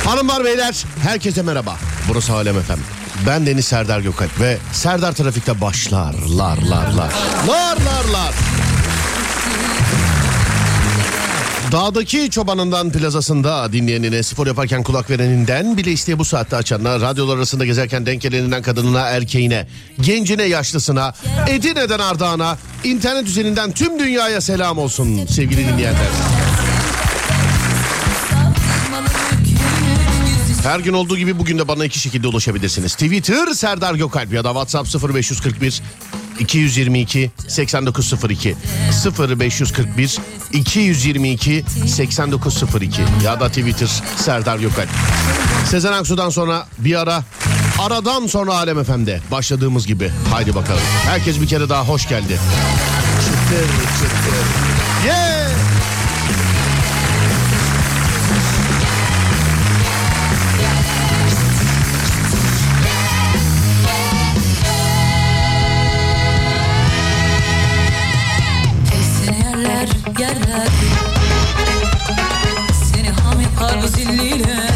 Hanımlar beyler herkese merhaba. Burası Alem FM. Ben Deniz Serdar Gökalp ve Serdar Trafik'te başlar. Lar. Dağdaki çobanından plazasında dinleyenine, spor yaparken kulak vereninden bile isteye bu saatte açanına, radyolar arasında gezerken denk geleninden kadınına, erkeğine, gencine, yaşlısına, Edirne'den Ardahan'a, internet üzerinden tüm dünyaya selam olsun sevgili dinleyenler. Her gün olduğu gibi bugün de bana iki şekilde ulaşabilirsiniz. Twitter Serdar Gökalp ya da WhatsApp 0541 222 8902 0541 222 8902 ya da Twitter Serdar Gökalp. Sezen Aksu'dan sonra bir aradan sonra Alem FM'de başladığımız gibi. Haydi bakalım. Herkes bir kere daha hoş geldi. Çıtır. Yeah! Yerler seni ham yapar bu zilliler,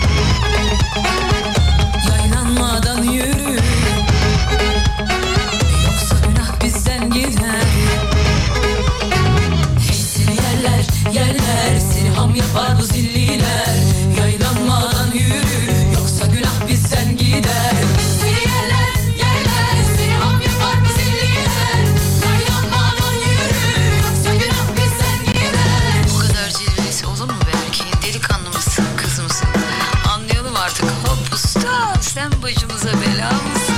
yaylanmadan yürü yoksa günah bizden gider. Hey seni yerler seni ham yapar bu zilliler, yaylanmadan yürü yoksa günah bizden gider. Seni yerler seni ham yapar bu zilliler, yaylanmadan yürü yoksa günah bizden gider. Bu kadar cilvesi olur mu be erkeğin? Delikanlı mısın, kız mısın? Anlayalım artık. Hop usta, sen başımıza bela mısın?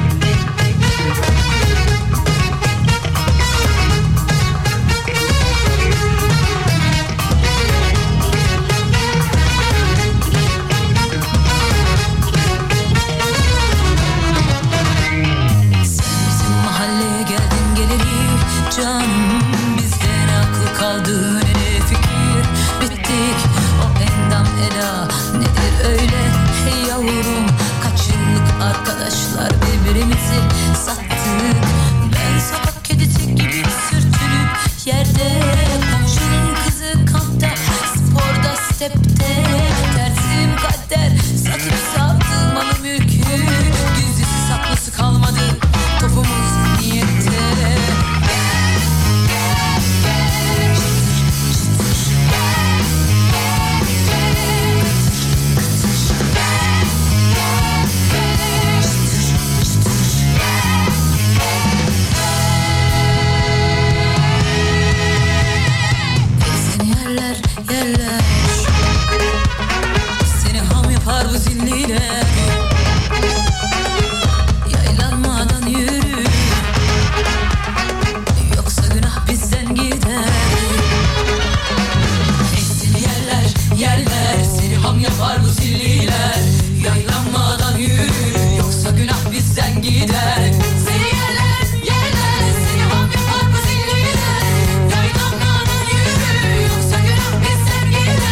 Sen bizim mahalleye geldin geleli canım, bizden aklı kaldı ne fikir. Bittik o endam ela nedir öyle hey yavrum, kaç yıllık arkadaşlar birbirimizi sattık. Ben sokak kedisi gibi sürtünüp yerde, komşunun kızı kampta, sporda stepte, tersim kader satıp savdım malı mülkü. Gizlisi saklısı kalmadı topumuz niyette. Seni yerler seni ham yapar bu zilliler, yaylanmadan yürü yoksa günah bizden gider. Hey seni yerler seni ham yapar bu zilliler, yaylanmadan yürü yoksa günah bizden gider. Seni yerler seni ham yapar bu zilliler, yaylanmadan yürü yoksa günah bizden gider.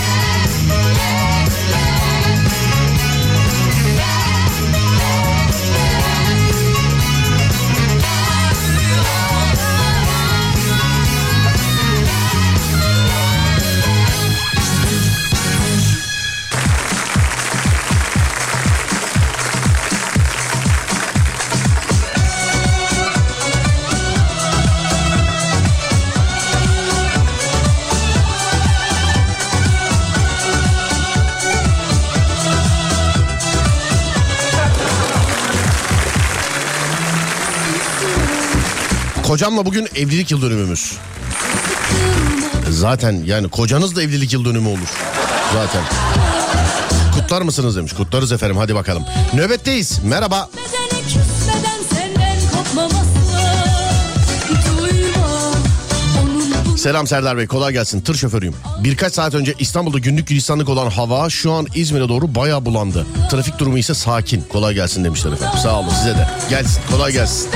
Kocamla bugün evlilik yıl dönümümüz. Zaten yani kocanız da evlilik yıl dönümü olur. Zaten. Kutlar mısınız demiş. Kutlarız efendim, hadi bakalım. Nöbetteyiz. Merhaba. Selam Serdar Bey, kolay gelsin. Tır şoförüyüm. Birkaç saat önce İstanbul'da günlük gülistanlık olan hava şu an İzmir'e doğru bayağı bulandı. Trafik durumu ise sakin. Kolay gelsin demişler efendim. Sağ olun, size de. Gelsin, kolay gelsin.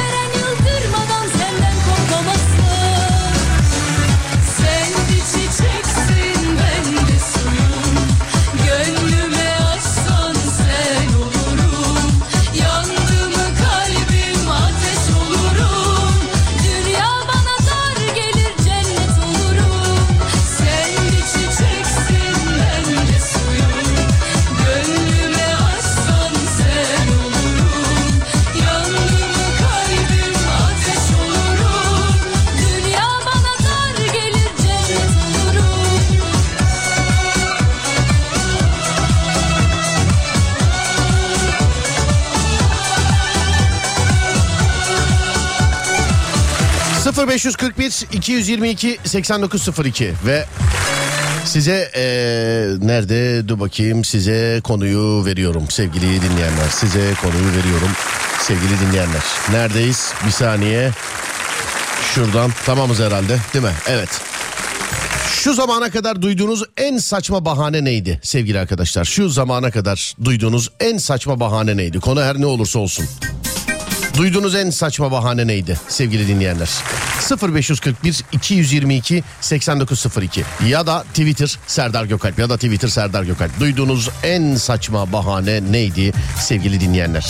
0541 222 8902 ve size nerede dur bakayım, size konuyu veriyorum sevgili dinleyenler. Size konuyu veriyorum sevgili dinleyenler. Neredeyiz? Bir saniye. Şuradan tamamız herhalde değil mi? Evet. Şu zamana kadar duyduğunuz en saçma bahane neydi sevgili arkadaşlar? Şu zamana kadar duyduğunuz en saçma bahane neydi? Konu her ne olursa olsun. Duyduğunuz en saçma bahane neydi sevgili dinleyenler? 0541 222 8902 ya da Twitter Serdar Gökalp ya da Twitter Serdar Gökalp. Duyduğunuz en saçma bahane neydi sevgili dinleyenler?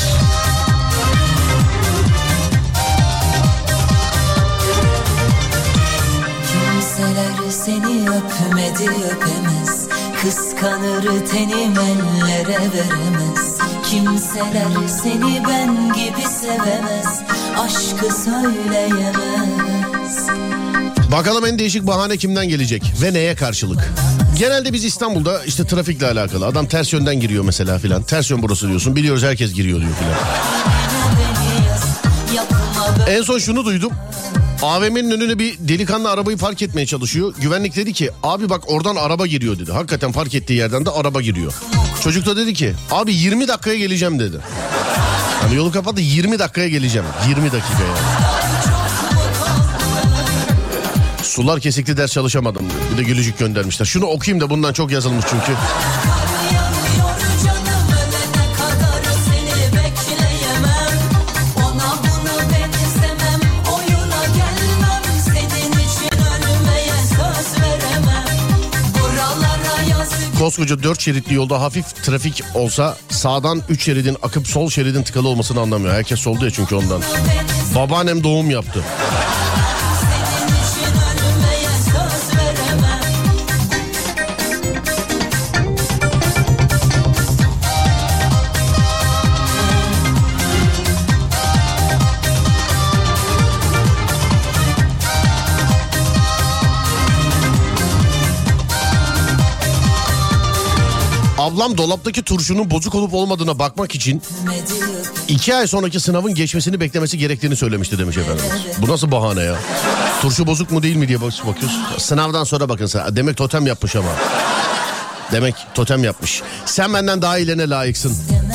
Kimseler seni öpmedi öpemez, kıskanır tenim ellere veremez. Kimseler seni ben gibi sevemez, aşkı söyleyemez. Bakalım en değişik bahane kimden gelecek ve neye karşılık? Genelde biz İstanbul'da işte trafikle alakalı. Adam ters yönden giriyor mesela filan. Ters yön burası diyorsun. Biliyoruz herkes giriyor diyor filan. En son şunu duydum. AVM'nin önüne bir delikanlı arabayı park etmeye çalışıyor. Güvenlik dedi ki abi bak oradan araba giriyor dedi. Hakikaten park ettiği yerden de araba giriyor. Çocuk da dedi ki abi 20 dakikaya geleceğim dedi. Hani yolu kapattı, 20 dakikaya geleceğim. 20 dakika yani. Sular kesikli, ders çalışamadım. Bir de gülücük göndermişler. Şunu okuyayım da bundan çok yazılmış çünkü. Koskoca 4 şeritli yolda hafif trafik olsa sağdan 3 şeridin akıp sol şeridin tıkalı olmasını anlamıyor. Herkes solda ya çünkü ondan. Babaannem doğum yaptı. Ablam dolaptaki turşunun bozuk olup olmadığına bakmak için 2 ay sonraki sınavın geçmesini beklemesi gerektiğini söylemişti demiş efendim. Bu nasıl bahane ya? Turşu bozuk mu değil mi diye bakıyoruz. Sınavdan sonra bakın. Demek totem yapmış ama. Demek totem yapmış. Sen benden daha iyilerine layıksın.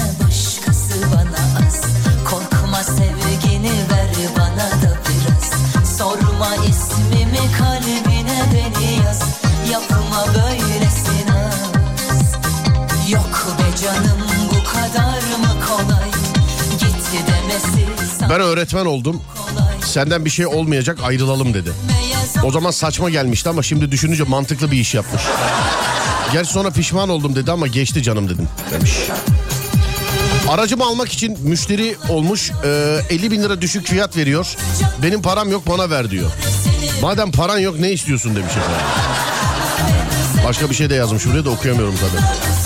Korkma sevgini ver bana da biraz. Sorma ismimi kalbine beni yaz. Yapma böylesin az. Yok be canım bu kadar mı kolay? Gitti demesi. Ben öğretmen oldum. Senden bir şey olmayacak, ayrılalım dedi. O zaman saçma gelmişti ama şimdi düşününce mantıklı bir iş yapmış. Gerçi sonra pişman oldum dedi ama geçti canım dedim demiş. Aracımı almak için müşteri olmuş, 50 bin lira düşük fiyat veriyor. Benim param yok, bana ver diyor. Madem paran yok ne istiyorsun demiş efendim. Başka bir şey de yazmış buraya da okuyamıyorum tabii.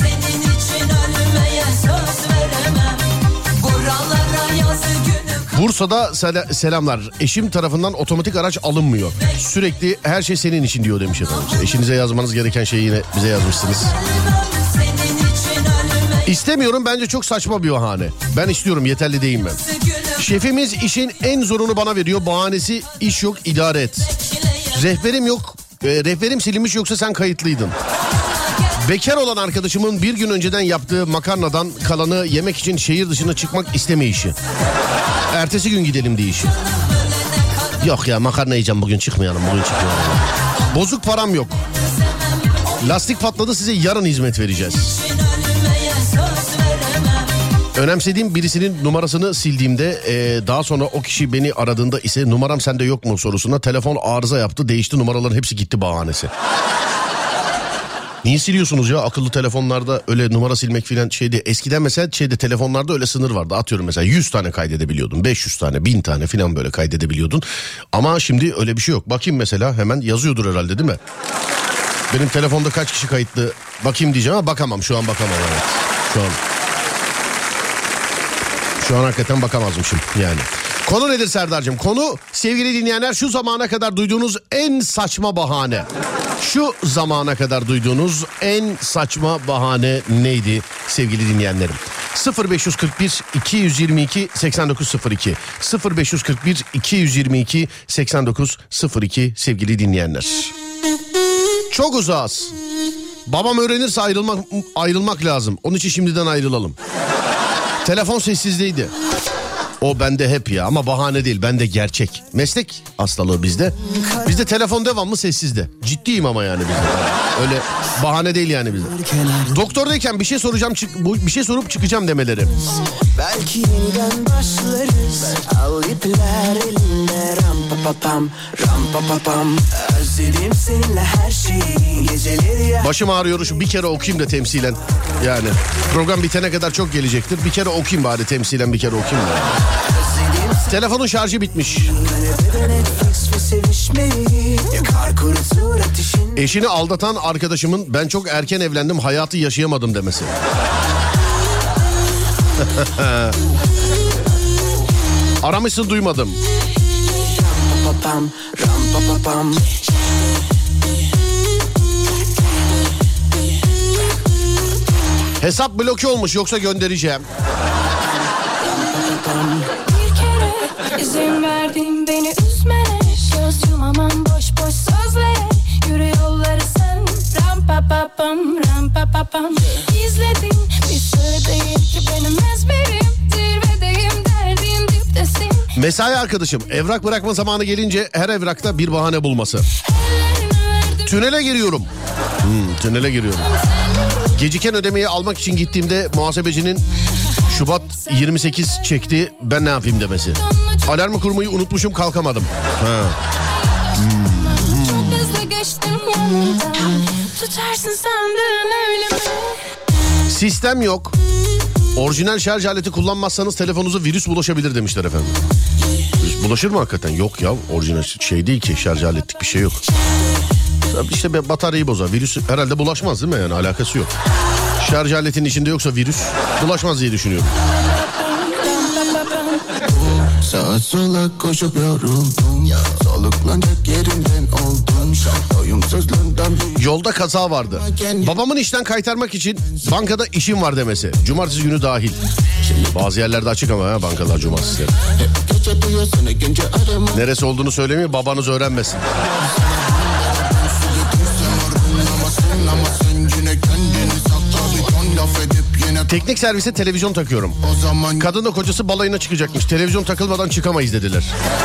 Bursa'da selamlar. Eşim tarafından otomatik araç alınmıyor. Sürekli her şey senin için diyor demiş efendim. Eşinize yazmanız gereken şeyi yine bize yazmışsınız. İstemiyorum bence çok saçma bir bahane. Ben istiyorum, yeterli değilim ben. Şefimiz işin en zorunu bana veriyor. Bahanesi iş yok, idare et. Rehberim yok. Rehberim silinmiş yoksa sen kayıtlıydın. Bekar olan arkadaşımın bir gün önceden yaptığı makarnadan kalanı yemek için şehir dışına çıkmak istemeyişi. Ertesi gün gidelim deyişi. Yok ya makarna yiyeceğim bugün, çıkmayalım bugün çıkmayalım. Bozuk param yok. Lastik patladı, size yarın hizmet vereceğiz. Önemsediğim birisinin numarasını sildiğimde daha sonra o kişi beni aradığında ise numaram sende yok mu sorusuna telefon arıza yaptı, değişti, numaraların hepsi gitti bahanesi. Niye siliyorsunuz ya akıllı telefonlarda öyle numara silmek filan şeydi. Eskiden mesela telefonlarda öyle sınır vardı. Atıyorum mesela 100 tane kaydedebiliyordun. 500 tane 1000 tane filan böyle kaydedebiliyordun. Ama şimdi öyle bir şey yok. Bakayım mesela hemen yazıyordur herhalde değil mi? Benim telefonda kaç kişi kayıtlı bakayım diyeceğim ama bakamam. Şu an bakamam evet. Şu an hakikaten bakamazmışım yani. Konu nedir Serdar'cığım? Konu sevgili dinleyenler şu zamana kadar duyduğunuz en saçma bahane. Şu zamana kadar duyduğunuz en saçma bahane neydi sevgili dinleyenlerim? 0541 222 8902 0541 222 8902 sevgili dinleyenler. Çok uzağız. Babam öğrenirse ayrılmak lazım. Onun için şimdiden ayrılalım. Telefon sessizdeydi. O bende hep ya ama bahane değil, bende gerçek. Meslek hastalığı bizde. Bizde telefon devamlı sessizde. Ciddiyim ama yani bizde. Öyle bahane değil yani bizde. Doktordayken bir şey soracağım, bir şey sorup çıkacağım demeleri. Belki yeniden başlarız. Al ipler elinde ram pa pa pam ram pa pa pam. Özledim seninle her şeyi geceleri ya. Başım ağrıyor, şu bir kere okuyayım da temsilen. Yani program bitene kadar çok gelecektir. Bir kere okuyayım bari temsilen, bir kere okuyayım da. Telefonun şarjı bitmiş. Eşini aldatan arkadaşımın ben çok erken evlendim, hayatı yaşayamadım demesi. Aramışsın duymadım. Hesap bloke olmuş, yoksa göndereceğim. Bir kere izin verdim beni üzmene. Göz yumamam boş boş sözlere. Yürü yolları sen ram pa pa pam ram pa pa pam. İzledim bir sır değil ki benim ezberim. Zirvedeyim derdin diptesin. Mesai arkadaşım evrak bırakma zamanı gelince her evrakta bir bahane bulması. Tünele giriyorum. Tünele giriyorum. Geciken ödemeyi almak için gittiğimde muhasebecinin Şubat 28 çekti, ben ne yapayım demesi. Alarmı kurmayı unutmuşum, kalkamadım. Çok hızlı geçtim yanından. Tutarsın sandın öyle mi? Sistem yok. Orijinal şarj aleti kullanmazsanız telefonunuza virüs bulaşabilir demişler efendim. Virüs bulaşır mı hakikaten? Yok ya, orijinal şey değil ki, şarj aletlik bir şey yok. İşte bataryayı bozar. Virüs herhalde bulaşmaz değil mi, yani alakası yok. Şarj aletinin içinde yoksa virüs bulaşmaz diye düşünüyorum. Sağa sola koşup yoruldum. Soluklanacak yerinden oldum. Doyumsuzluğundan Yolda kaza vardı. Babamın işten kaytarmak için bankada işim var demesi. Cumartesi günü dahil. Bazı yerlerde açık ama bankalar cumartesi. Neresi olduğunu söylemeyeyim, babanız öğrenmesin. Teknik servise televizyon takıyorum. Kadınla kocası balayına çıkacakmış. Televizyon takılmadan çıkamayız dediler.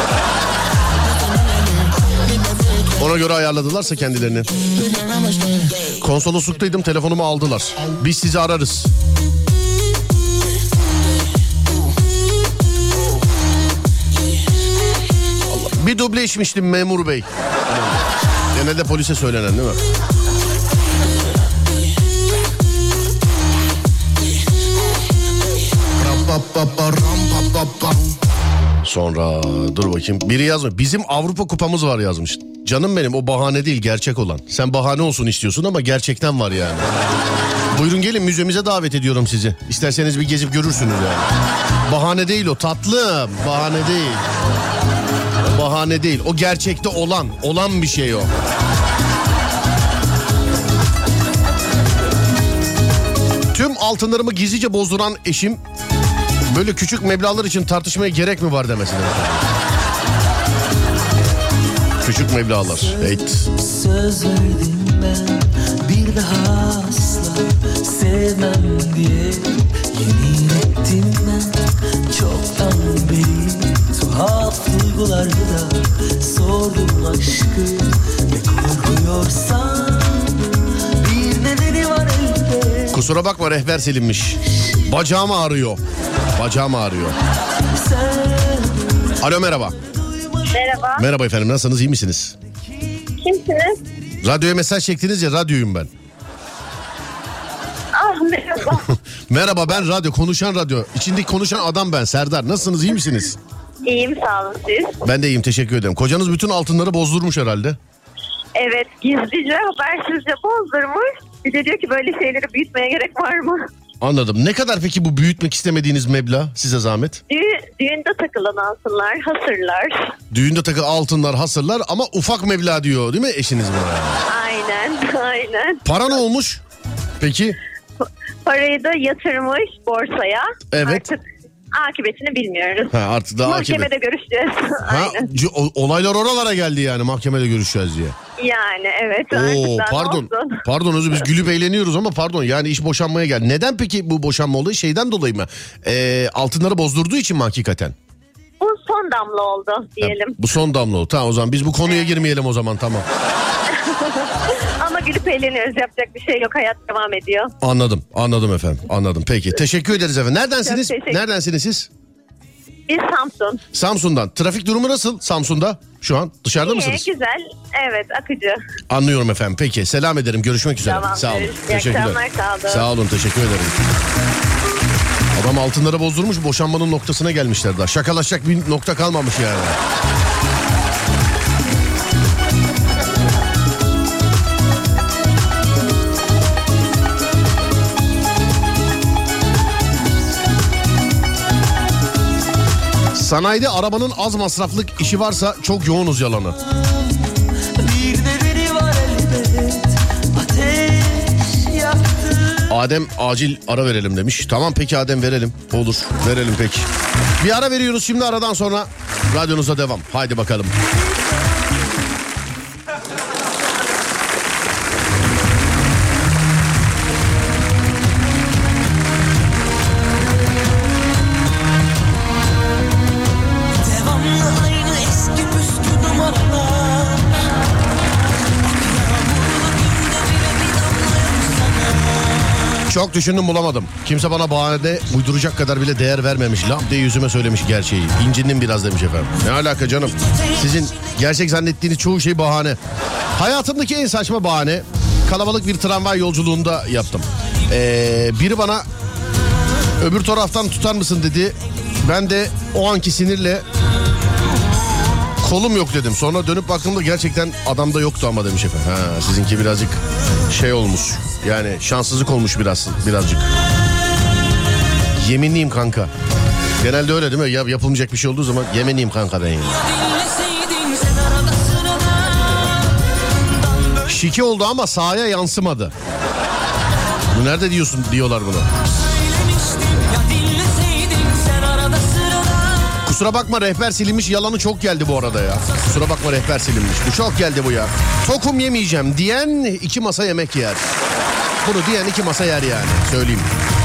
Ona göre ayarladılarsa kendilerini. Konsolosluktaydım, telefonumu aldılar. Biz sizi ararız. Bir duble içmiştim memur bey. Gene de polise söylenen değil mi? Sonra dur bakayım, biri yazmış, bizim Avrupa kupamız var yazmış. Canım benim, o bahane değil, gerçek olan. Sen bahane olsun istiyorsun ama gerçekten var yani. Buyurun gelin, müzemize davet ediyorum sizi. İsterseniz bir gezip görürsünüz yani. Bahane değil o tatlım, bahane değil. Bahane değil, o gerçekte olan bir şey o. Tüm altınlarımı gizlice bozduran eşim böyle küçük meblağlar için tartışmaya gerek mi var demesine. Küçük meblağlar. Evet. Söz verdim ben bir daha asla sevmem diye. Yemin ettim ben çoktan beri. Tuhaf duygularla sordum aşkı. Ne korkuyorsan bir nedeni var elde. Kusura bakma, rehber silinmiş. Bacağım ağrıyor. Alo, merhaba. Merhaba. Merhaba efendim, nasılsınız, iyi misiniz? Kimsiniz? Radyoya mesaj çektiniz ya, radyoyum ben. Ah merhaba. Merhaba, ben konuşan radyo. İçindeki konuşan adam ben, Serdar. Nasılsınız, iyi misiniz? İyiyim, sağ olun siz. Ben de iyiyim, teşekkür ederim. Kocanız bütün altınları bozdurmuş herhalde. Evet, gizlice habersizce bozdurmuş. Bir de diyor ki böyle şeyleri büyütmeye gerek var mı? Anladım. Ne kadar peki bu büyütmek istemediğiniz meblağ, size zahmet? Düğünde takılan altınlar, hasırlar. Düğünde takılan altınlar, hasırlar ama ufak meblağ diyor değil mi eşiniz buna? Aynen. Para ne olmuş peki? Parayı da yatırmış borsaya. Evet. Artık akıbetini bilmiyoruz. Ha, artık daha Mahkemede görüşeceğiz. Ha, Aynen. olaylar oralara geldi yani, mahkemede görüşeceğiz diye. Yani evet. Oo, artık daha ne pardon. olsun? Pardon özür, biz gülüp eğleniyoruz ama pardon, yani iş boşanmaya geldi. Neden peki bu boşanma oldu? Şeyden dolayı mı? Altınları bozdurduğu için mi hakikaten? Bu son damla oldu diyelim. Bu son damla oldu. Tamam, o zaman biz bu konuya girmeyelim o zaman, tamam. Ama gülüp eğleniyoruz. Yapacak bir şey yok. Hayat devam ediyor. Anladım efendim. Anladım. Peki. Teşekkür ederiz efendim. Neredensiniz? Çok teşekkür- Neredensiniz siz? Biz Samsun. Samsun'dan. Trafik durumu nasıl Samsun'da? Şu an dışarıda mısınız? Güzel. Evet, akıcı. Anlıyorum efendim. Peki. Selam ederim. Görüşmek üzere. Tamam, Sağ olun. İyi akşamlar, sağ olun. Sağ olun. Teşekkür ederim. Adam altınları bozdurmuş, boşanmanın noktasına gelmişler daha. Şakalaşacak bir nokta kalmamış yani. Sanayide arabanın az masraflık işi varsa çok yoğunuz yalanı. Bir nedeni var elbet, ateş yaktı. Adem acil ara verelim demiş. Tamam peki Adem, verelim. Olur, verelim peki. Bir ara veriyoruz şimdi, aradan sonra radyonuza devam. Haydi bakalım. Devamlı aynı eski püskü numaralar. Çok düşündüm, bulamadım. Kimse bana bahanede uyduracak kadar bile değer vermemiş. Laf diye yüzüme söylemiş gerçeği. İncindim biraz demiş efendim. Ne alaka canım? Sizin gerçek zannettiğiniz çoğu şey bahane. Hayatımdaki en saçma bahane, kalabalık bir tramvay yolculuğunda yaptım. Biri bana öbür taraftan tutar mısın dedi. Ben de o anki sinirle kolum yok dedim. Sonra dönüp baktığımda gerçekten adamda yoktu ama demiş efendim. Ha, sizinki birazcık şey olmuş. Yani şanssızlık olmuş birazcık. Yeminliyim kanka. Genelde öyle değil mi? Ya yapılmayacak bir şey olduğu zaman yeminliyim kanka ben yani. Şike oldu ama sahaya yansımadı. Bu nerede diyorsun diyorlar bunu. Kusura bakma rehber silinmiş yalanı çok geldi bu arada ya. Kusura bakma rehber silinmiş. Bu çok geldi bu ya. Tokum yemeyeceğim diyen 2 masa yemek yer. Bunu diyen 2 masa yer yani, söyleyeyim.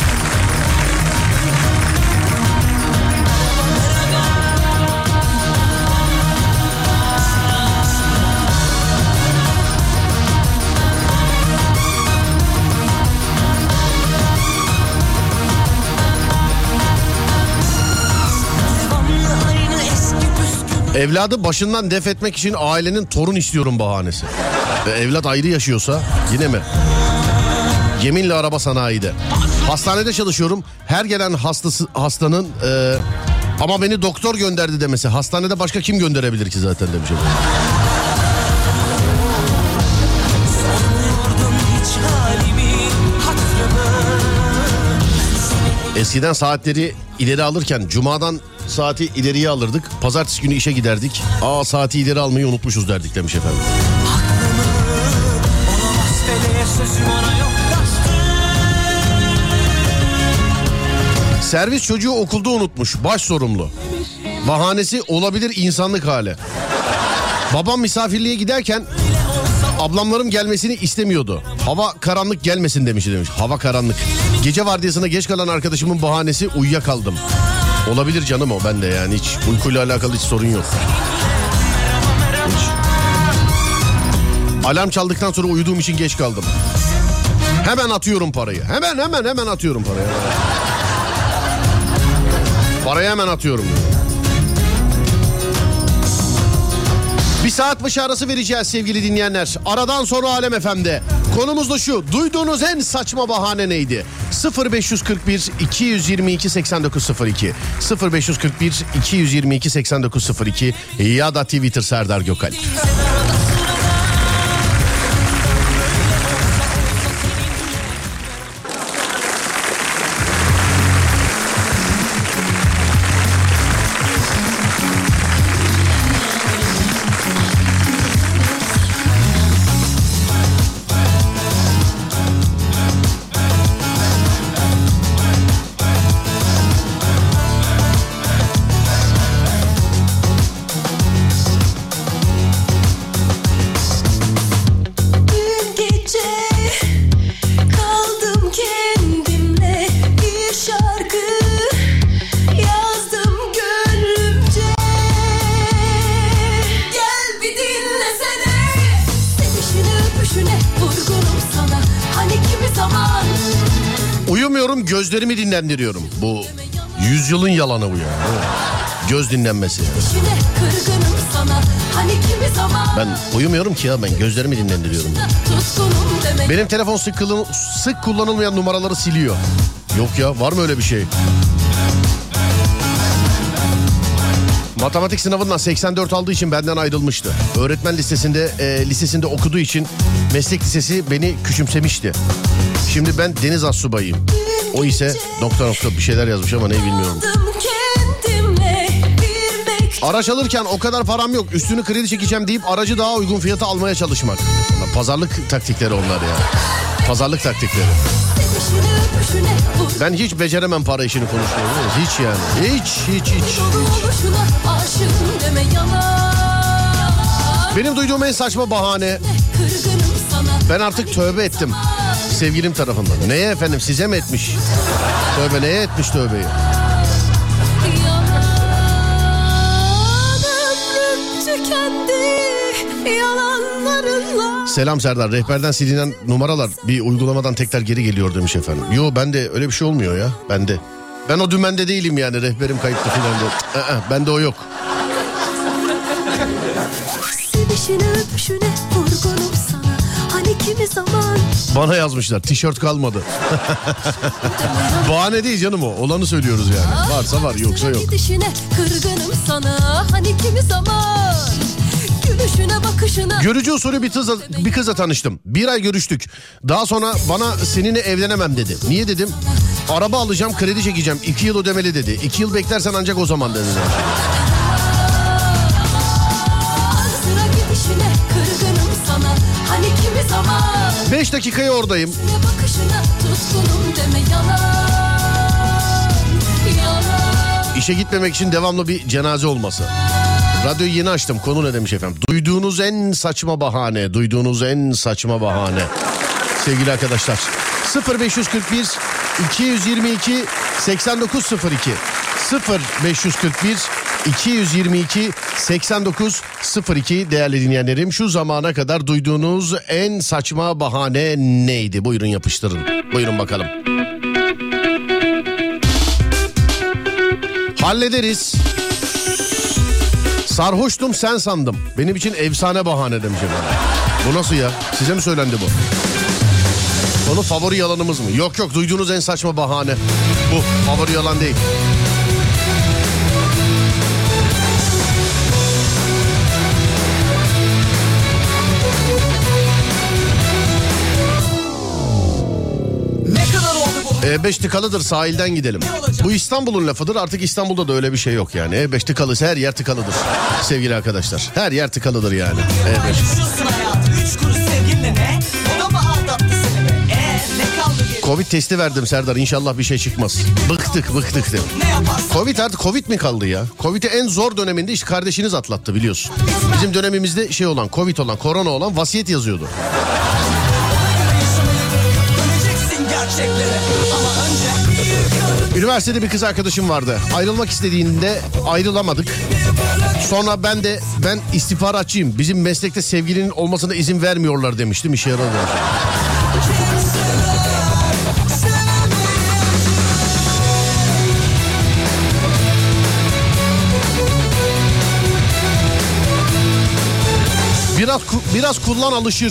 Evladı başından def etmek için ailenin torun istiyorum bahanesi. Evlat ayrı yaşıyorsa yine mi? Yeminle araba sanayide. Hastanede çalışıyorum. Her gelen hastanın ama beni doktor gönderdi demesi. Hastanede başka kim gönderebilir ki zaten demiş. Eskiden saatleri ileri alırken cumadan saati ileriye alırdık. Pazartesi günü işe giderdik. Saati ileri almayı unutmuşuz derdik demiş efendim. Servis çocuğu okulda unutmuş. Baş sorumlu. Bahanesi olabilir, insanlık hali. Babam misafirliğe giderken ablamlarım gelmesini istemiyordu. Hava karanlık gelmesin demiş. Hava karanlık. Gece vardiyasına geç kalan arkadaşımın bahanesi uyuyakaldım. Olabilir canım o, ben de yani hiç uykuyla alakalı hiç sorun yok. Hiç. Alarm çaldıktan sonra uyuduğum için geç kaldım. Hemen atıyorum parayı. Hemen atıyorum parayı. Parayı hemen atıyorum. Bir saat başı arası vereceğiz sevgili dinleyenler. Aradan sonra Alem FM'de. Konumuz da şu: duyduğunuz en saçma bahane neydi? 0541 222 8902 0541 222 8902 ya da Twitter Serdar Gökalp. Uyumuyorum, gözlerimi dinlendiriyorum. Bu yüzyılın yalanı bu ya. Göz dinlenmesi. Ben uyumuyorum ki ya, ben gözlerimi dinlendiriyorum. Benim telefon sık kullanılmayan numaraları siliyor. Yok ya, var mı öyle bir şey? Matematik sınavından 84 aldığı için benden ayrılmıştı. Öğretmen lisesinde okuduğu için meslek lisesi beni küçümsemişti. Şimdi ben deniz astsubayıyım. O ise ... bir şeyler yazmış ama ne bilmiyorum. Araç alırken o kadar param yok, üstünü kredi çekeceğim deyip aracı daha uygun fiyata almaya çalışmak. Pazarlık taktikleri onlar ya. Pazarlık taktikleri. Ben hiç beceremem para işini konuşmayı. Hiç yani. Hiç. Benim duyduğum en saçma bahane. Ben artık tövbe ettim. Sevgilim tarafından. Neye efendim, size mi etmiş? Tövbe neye etmiş tövbeyi? Selam Serdar, rehberden silinen numaralar bir uygulamadan tekrar geri geliyor demiş efendim. Yo, bende öyle bir şey olmuyor ya, bende. Ben o dümende değilim yani, rehberim kayıtlı filan diye. Bende o yok. Bana yazmışlar, tişört kalmadı. Bahane değil canım o, olanı söylüyoruz yani. Varsa var, yoksa yok. Kırgınım sana, hani kimi zaman. Görücü usulü bir kızla tanıştım. 1 ay görüştük. Daha sonra bana seninle evlenemem dedi. Niye dedim? Araba alacağım, kredi çekeceğim. 2 yıl ödemeli dedi. 2 yıl beklersen ancak o zaman dedi. 5 dakikaya oradayım. İşe gitmemek için devamlı bir cenaze olması. Radyoyu yeni açtım. Konu ne demiş efendim? Duyduğunuz en saçma bahane. Duyduğunuz en saçma bahane. Sevgili arkadaşlar. 0541 222 8902 0541 222 8902 değerli dinleyenlerim, şu zamana kadar duyduğunuz en saçma bahane neydi? Buyurun yapıştırın. Buyurun bakalım. Hallederiz. Sarhoştum sen sandım. Benim için efsane bahane demiş efendim. Bu nasıl ya? Size mi söylendi bu? Konu favori yalanımız mı? Yok duyduğunuz en saçma bahane. Bu favori yalan değil. E5 tıkalıdır, sahilden gidelim. Bu İstanbul'un lafıdır, artık İstanbul'da da öyle bir şey yok yani. E5 tıkalıysa her yer tıkalıdır sevgili arkadaşlar. Her yer tıkalıdır yani. E5. Covid testi verdim Serdar, inşallah bir şey çıkmaz. Bıktık de. Covid artık Covid mi kaldı ya? Covid'i en zor döneminde işte kardeşiniz atlattı biliyorsun. Bizim dönemimizde şey olan, Covid olan, korona olan vasiyet yazıyordu. Üniversitede bir kız arkadaşım vardı. Ayrılmak istediğinde ayrılamadık. Sonra ben istihbaratçıyım. Bizim meslekte sevgilinin olmasına izin vermiyorlar demiştim. İşe yaradı. Biraz kullan alışır.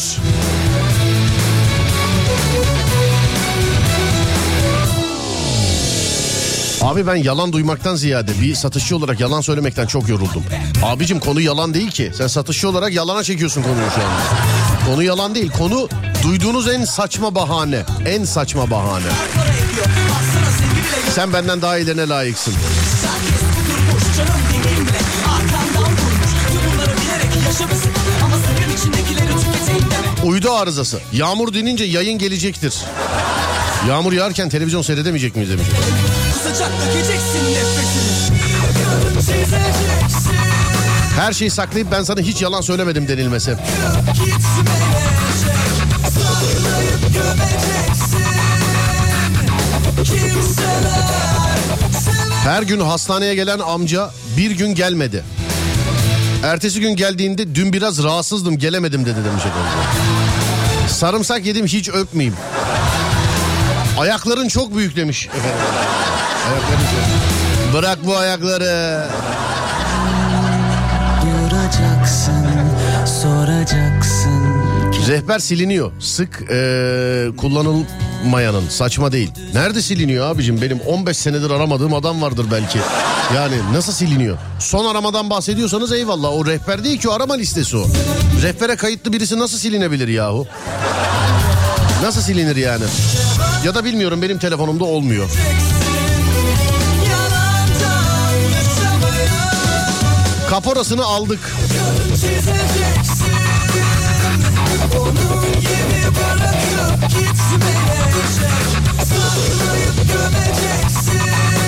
Abi ben yalan duymaktan ziyade bir satışçı olarak yalan söylemekten çok yoruldum. Abicim konu yalan değil ki. Sen satışçı olarak yalana çekiyorsun konuyu şu anda. Konu yalan değil. Konu duyduğunuz en saçma bahane. En saçma bahane. Sen benden daha iyilerine layıksın. Uydu arızası. Yağmur dinince yayın gelecektir. Yağmur yağarken televizyon seyredemeyecek miyiz demiş. Her şeyi saklayıp ben sana hiç yalan söylemedim denilmesi. Her gün hastaneye gelen amca bir gün gelmedi. Ertesi gün geldiğinde dün biraz rahatsızdım gelemedim dedi demiş efendim. Sarımsak yedim hiç öpmeyeyim. Ayakların çok büyük demiş efendim. Ayakların çok. Bırak bu ayakları. Duracaksın, soracaksın. Rehber siliniyor. Sık kullanılmayanın. Saçma değil. Nerede siliniyor abicim? Benim 15 senedir aramadığım adam vardır belki. Yani nasıl siliniyor? Son aramadan bahsediyorsanız eyvallah. O rehber değil ki, o arama listesi o. Rehbere kayıtlı birisi nasıl silinebilir yahu? Nasıl silinir yani? Ya da bilmiyorum, benim telefonumda olmuyor. Kaporasını aldık. Onun gibi bırakıp gitmeyecek, saklayıp gömeceksin.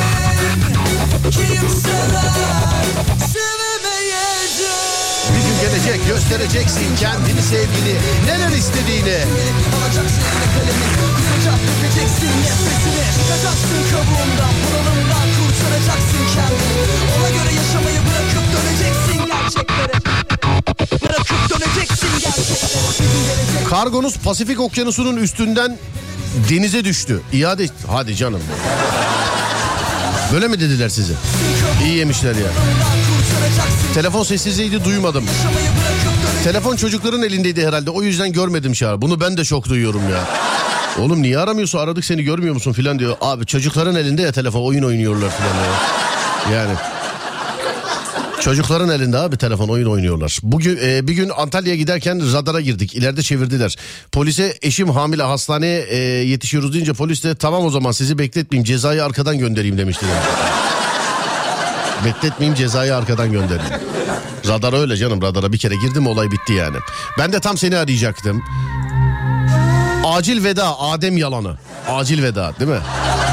Kimseler sevemeyecek. Bir gün gelecek, göstereceksin kendini sevgili, neler istediğini. Alacaksın eline kalemi, kısaca dökeceksin nefesini. Çıkacaksın kabuğundan, bunalımdan kurtaracaksın kendini. Ona göre yaşamayı bırakıp döneceksin gerçeklere. Bırakıp döneceksin gerçeklere. Kargonuz Pasifik Okyanusu'nun üstünden denize düştü. İade... Hadi canım. Böyle mi dediler size? İyi yemişler ya. Telefon sessizliğiydi, duymadım. Telefon çocukların elindeydi herhalde. O yüzden görmedim Çağrı. Bunu ben de çok duyuyorum ya. Oğlum niye aramıyorsun? Aradık seni, görmüyor musun filan diyor. Abi çocukların elinde ya telefon, oyun oynuyorlar filan ya. Yani... Çocukların elinde abi telefon, oyun oynuyorlar. Bugün bir gün Antalya'ya giderken radara girdik. İleride çevirdiler. Polise eşim hamile, hastaneye yetişiyoruz deyince polis de tamam o zaman sizi bekletmeyeyim, cezayı arkadan göndereyim demişti. Bekletmeyeyim, cezayı arkadan göndereyim. Radara öyle canım, radara bir kere girdim olay bitti yani. Ben de tam seni arayacaktım. Acil veda, Adem yalanı. Acil veda değil mi?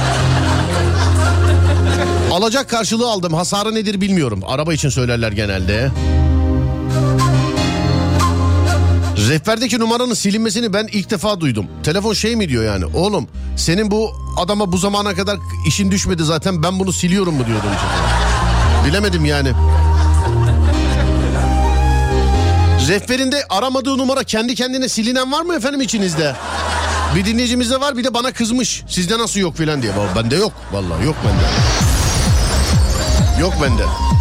Alacak karşılığı aldım. Hasarı nedir bilmiyorum. Araba için söylerler genelde. Rehberdeki numaranın silinmesini ben ilk defa duydum. Telefon şey mi diyor yani? Oğlum senin bu adama bu zamana kadar işin düşmedi zaten, ben bunu siliyorum mu diyordum. Bilemedim yani. Rehberinde aramadığı numara kendi kendine silinen var mı efendim içinizde? Bir dinleyicimizde var, bir de bana kızmış. Sizde nasıl yok filan diye. Bende yok. Vallahi yok bende. Yok bende.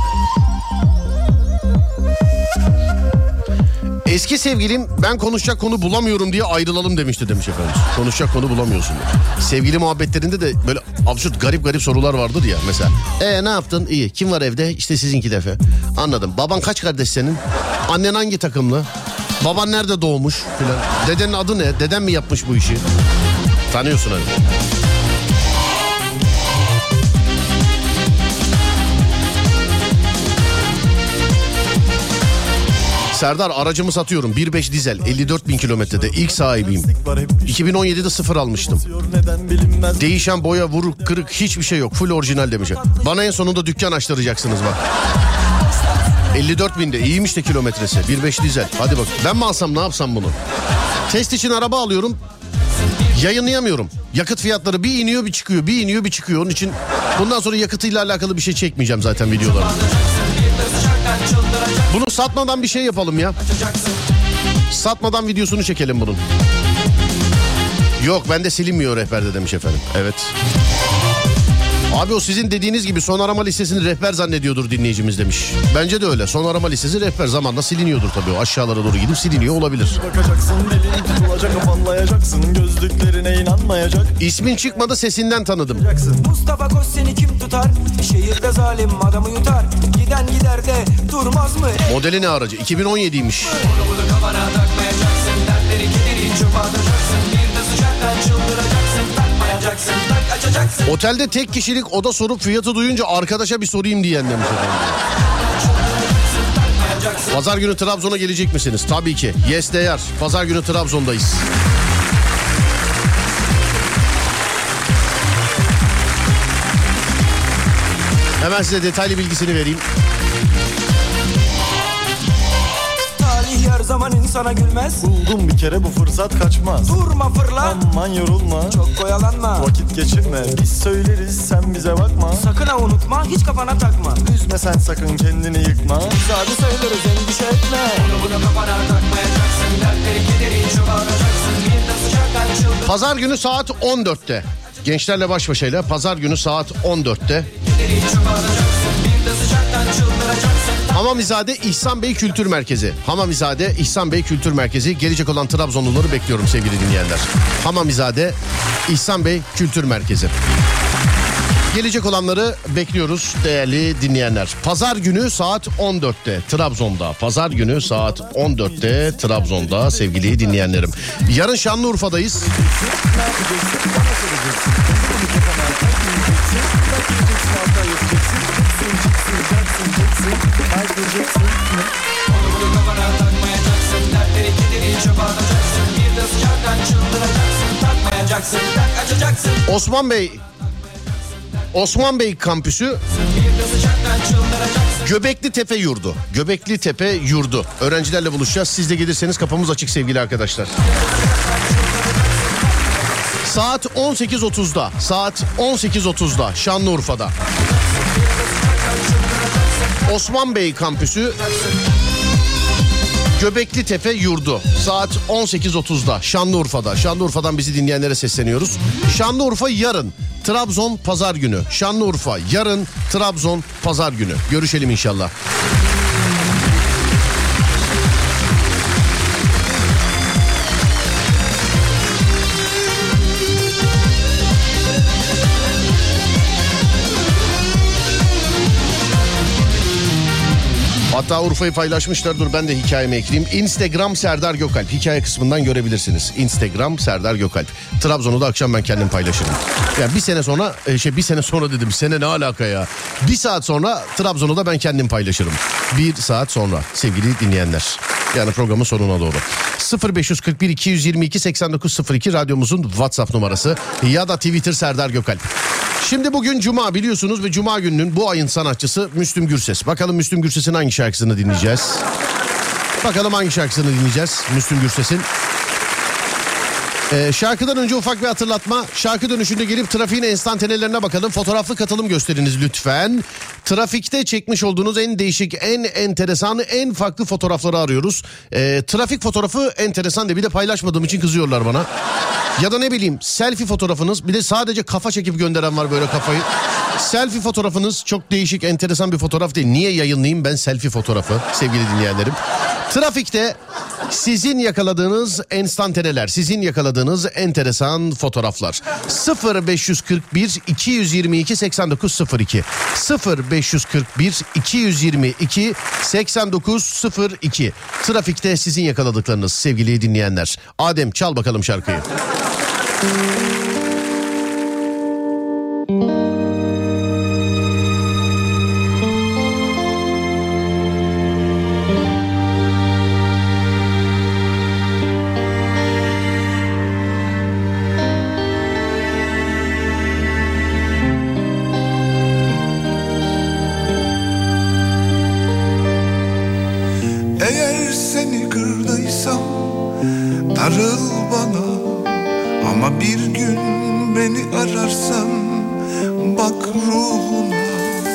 Eski sevgilim ben konuşacak konu bulamıyorum diye ayrılalım demişti demiş efendim. Konuşacak konu bulamıyorsun. Sevgili muhabbetlerinde de böyle absürt garip sorular vardır ya mesela. Ne yaptın? İyi. Kim var evde? İşte sizinki defa. Anladım. Baban kaç kardeş senin? Annen hangi takımlı? Baban nerede doğmuş filan. Dedenin adı ne? Deden mi yapmış bu işi? Tanıyorsun hani. Serdar aracımı satıyorum. 1.5 dizel 54.000 kilometrede, ilk sahibiyim. 2017'de sıfır almıştım. Değişen boya, vuruk, kırık hiçbir şey yok. Full orijinal demiş. Bana en sonunda dükkan açtıracaksınız bak. 54.000'de iyiymiş de kilometresi. 1.5 dizel. Hadi bak. Ben mi alsam, ne yapsam bunu? Test için araba alıyorum. Yayınlayamıyorum. Yakıt fiyatları bir iniyor bir çıkıyor. Bir iniyor bir çıkıyor. Onun için bundan sonra yakıtıyla alakalı bir şey çekmeyeceğim zaten videolarda. Bunu satmadan bir şey yapalım ya. Satmadan videosunu çekelim bunun. Yok bende silinmiyor rehberde demiş efendim. Evet. Abi o sizin dediğiniz gibi son arama listesini rehber zannediyordur dinleyicimiz demiş. Bence de öyle. Son arama listesi rehber, zamanla siliniyordur tabii o. Aşağılara doğru gidip siliniyor olabilir. Bakacaksın, dilin tutulacak, afallayacaksın, gözlüklerine inanmayacak. İsmin çıkmadı, sesinden tanıdım. Mustafa Koç seni kim tutar? Şehirde zalim adamı yutar. Giden gider de durmaz mı? Modeli ne aracı? 2017'ymiş. Bunu kafana takmayacaksın. Dertleri kederi çöpe atacaksın. Bir de sıcaktan çıldıracaksın. Takmayacaksın, tak açacaksın. Otelde tek kişilik oda sorup fiyatı duyunca arkadaşa bir sorayım diyen demiş efendim. Pazar günü Trabzon'a gelecek misiniz? Tabii ki. Yes değer. Pazar günü Trabzon'dayız. Hemen size detaylı bilgisini vereyim. Talih her zaman insana gülmez. Buldum bir kere, bu fırsat kaçmaz. Durma fırla. Aman yorulma. Çok oyalanma. Vakit geçirme. Biz söyleriz, sen bize bakma. Sakın ha unutma, hiç kafana takma. Üzme sen sakın, kendini yıkma. Biz söyleriz, endişe etme. Bunu kafana takmayacaksın. Dertleri kederi çöpe atacaksın. Bir de sıcaktan çıldıracaksın. Pazar günü saat 14'te. Gençlerle baş başayla pazar günü saat 14'te Hamamizade İhsan Bey Kültür Merkezi. Hamamizade İhsan Bey Kültür Merkezi. Gelecek olan Trabzonluları bekliyorum sevgili dinleyenler. Hamamizade İhsan Bey Kültür Merkezi. Gelecek olanları bekliyoruz değerli dinleyenler. Pazar günü saat 14'te Trabzon'da. Pazar günü saat 14'te Trabzon'da sevgili dinleyenlerim. Yarın Şanlıurfa'dayız. Osman Bey kampüsü Göbekli Tepe Yurdu. Göbekli Tepe Yurdu. Öğrencilerle buluşacağız. Siz de gelirseniz kapımız açık sevgili arkadaşlar. Saat 18.30'da. Saat 18.30'da Şanlıurfa'da. Osman Bey kampüsü Göbekli Tepe Yurdu. Saat 18.30'da Şanlıurfa'da. Şanlıurfa'dan bizi dinleyenlere sesleniyoruz. Şanlıurfa yarın, Trabzon pazar günü. Şanlıurfa yarın, Trabzon pazar günü. Görüşelim inşallah. Hatta Urfa'yı paylaşmışlar. Dur ben de hikayeme ekleyeyim. Instagram Serdar Gökalp. Hikaye kısmından görebilirsiniz. Instagram Serdar Gökalp. Trabzon'u da akşam ben kendim paylaşırım. Ya bir sene sonra dedim. Sene ne alaka ya? Bir saat sonra Trabzon'u da ben kendim paylaşırım. Bir saat sonra sevgili dinleyenler. Yani programın sonuna doğru. 0541 222 8902 radyomuzun WhatsApp numarası. Ya da Twitter Serdar Gökalp. Şimdi bugün Cuma biliyorsunuz ve Cuma gününün bu ayın sanatçısı Müslüm Gürses. Bakalım Müslüm Gürses'in hangi şarkısını dinleyeceğiz? Müslüm Gürses'in. Şarkıdan önce ufak bir hatırlatma. Şarkı dönüşünde gelip trafiğin enstantanelerine bakalım. Fotoğraflı katılım gösteriniz lütfen. Trafikte çekmiş olduğunuz en değişik, en enteresan, en farklı fotoğrafları arıyoruz. Trafik fotoğrafı enteresan de bir de paylaşmadığım için kızıyorlar bana. Ya da ne bileyim selfie fotoğrafınız, bir de sadece kafa çekip gönderen var böyle kafayı. Selfie fotoğrafınız çok değişik, enteresan bir fotoğraf değil. Niye yayınlayayım ben selfie fotoğrafı sevgili dinleyenlerim? Trafikte sizin yakaladığınız enstantaneler, sizin yakaladığınız enteresan fotoğraflar. 0541 222 8902 0541 222 8902 trafikte sizin yakaladıklarınız sevgili dinleyenler. Adem çal bakalım şarkıyı. Eğer seni kırdıysam darıl bana, ama bir gün beni ararsan bak ruhuna.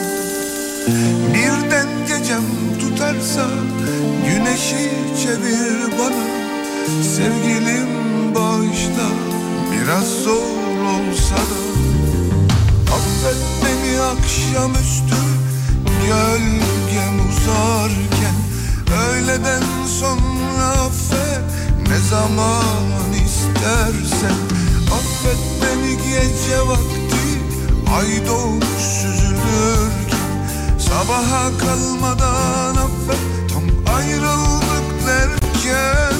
Birden gecem tutarsa güneşi çevir bana. Sevgilim bağışla, biraz zor olsa da. Affet beni akşamüstü gölgem uzarken. Öğleden sonra affet ne zaman istersen. Affet beni gece vakti ay doğmuş süzülürken. Sabaha kalmadan affet tam ayrıldık derken.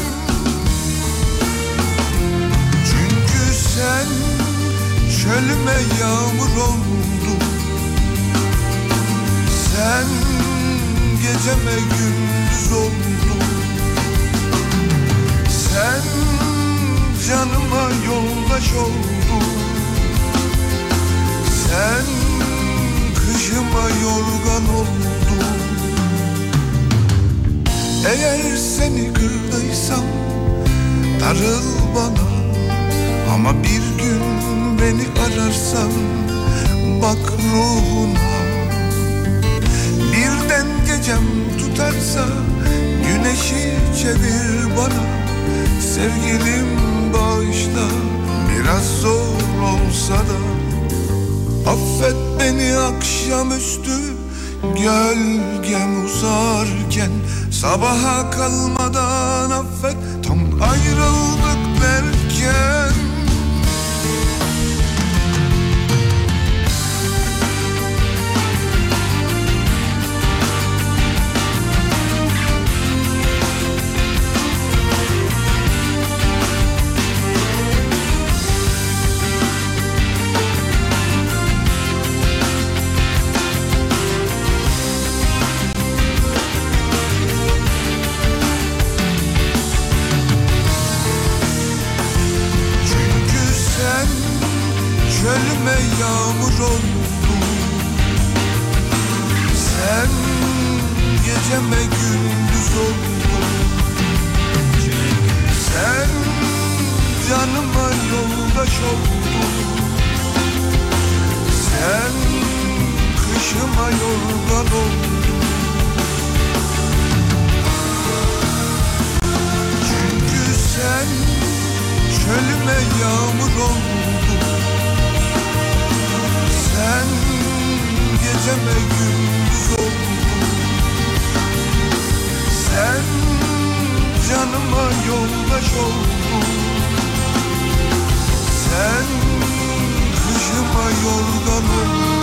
Çünkü sen çölüme yağmur oldun. Sen geceme gündüz oldun. Sen canıma yoldaş oldun. Sen kışıma yorgan oldun. Eğer seni kırdıysam darıl bana, ama bir gün beni ararsan bak ruhuna. Birden gecem tutarsa güneşi çevir bana. Sevgilim bağışla, biraz zor olsa da. Affet beni akşamüstü gölgem uzarken, sabaha kalmadan affet tam ayrıldık derken. Çölüme yağmur oldun, sen geceme gündüz oldun. Sen canıma yoldaş oldun, sen kışıma yorgan oldun. Çünkü sen çölüme yağmur oldun, sen geceme gündüz oldun. Sen canıma yoldaş oldun, sen kışıma yorgan oldun.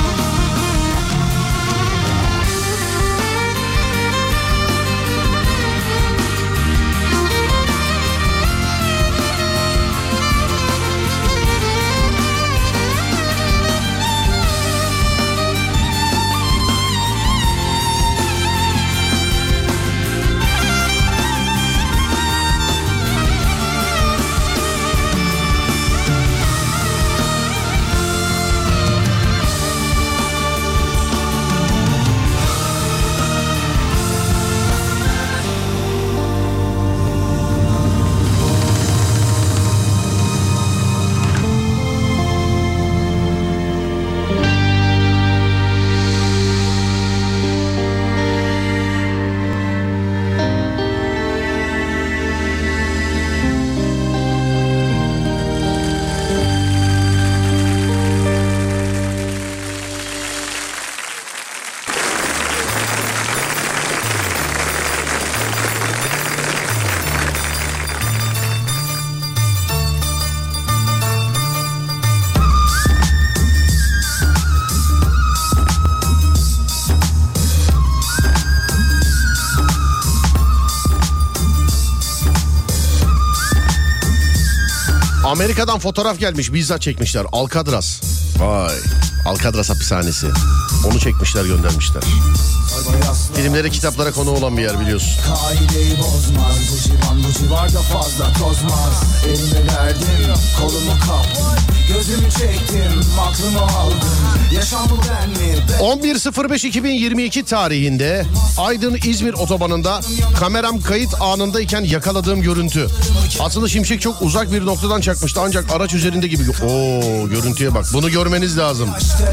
Amerika'dan fotoğraf gelmiş, bizzat çekmişler. Alcatraz. Vay. Alcatraz hapishanesi. Onu çekmişler, göndermişler. Filmlere, kitaplara konu olan bir yer biliyorsun. Kaideyi bozmaz, bu civan bu civarda fazla tozmaz. Elime verdim, kolumu kaptım, gözümü çektim, aklımı aldım. Yaşam bu ben mi? 11.05.2022 tarihinde Aydın-İzmir otobanında kameram kayıt anındayken yakaladığım görüntü. Aslı Şimşek çok uzak bir noktadan çakmıştı ancak araç üzerinde gibi. Oo, görüntüye bak. Bunu görmeniz lazım.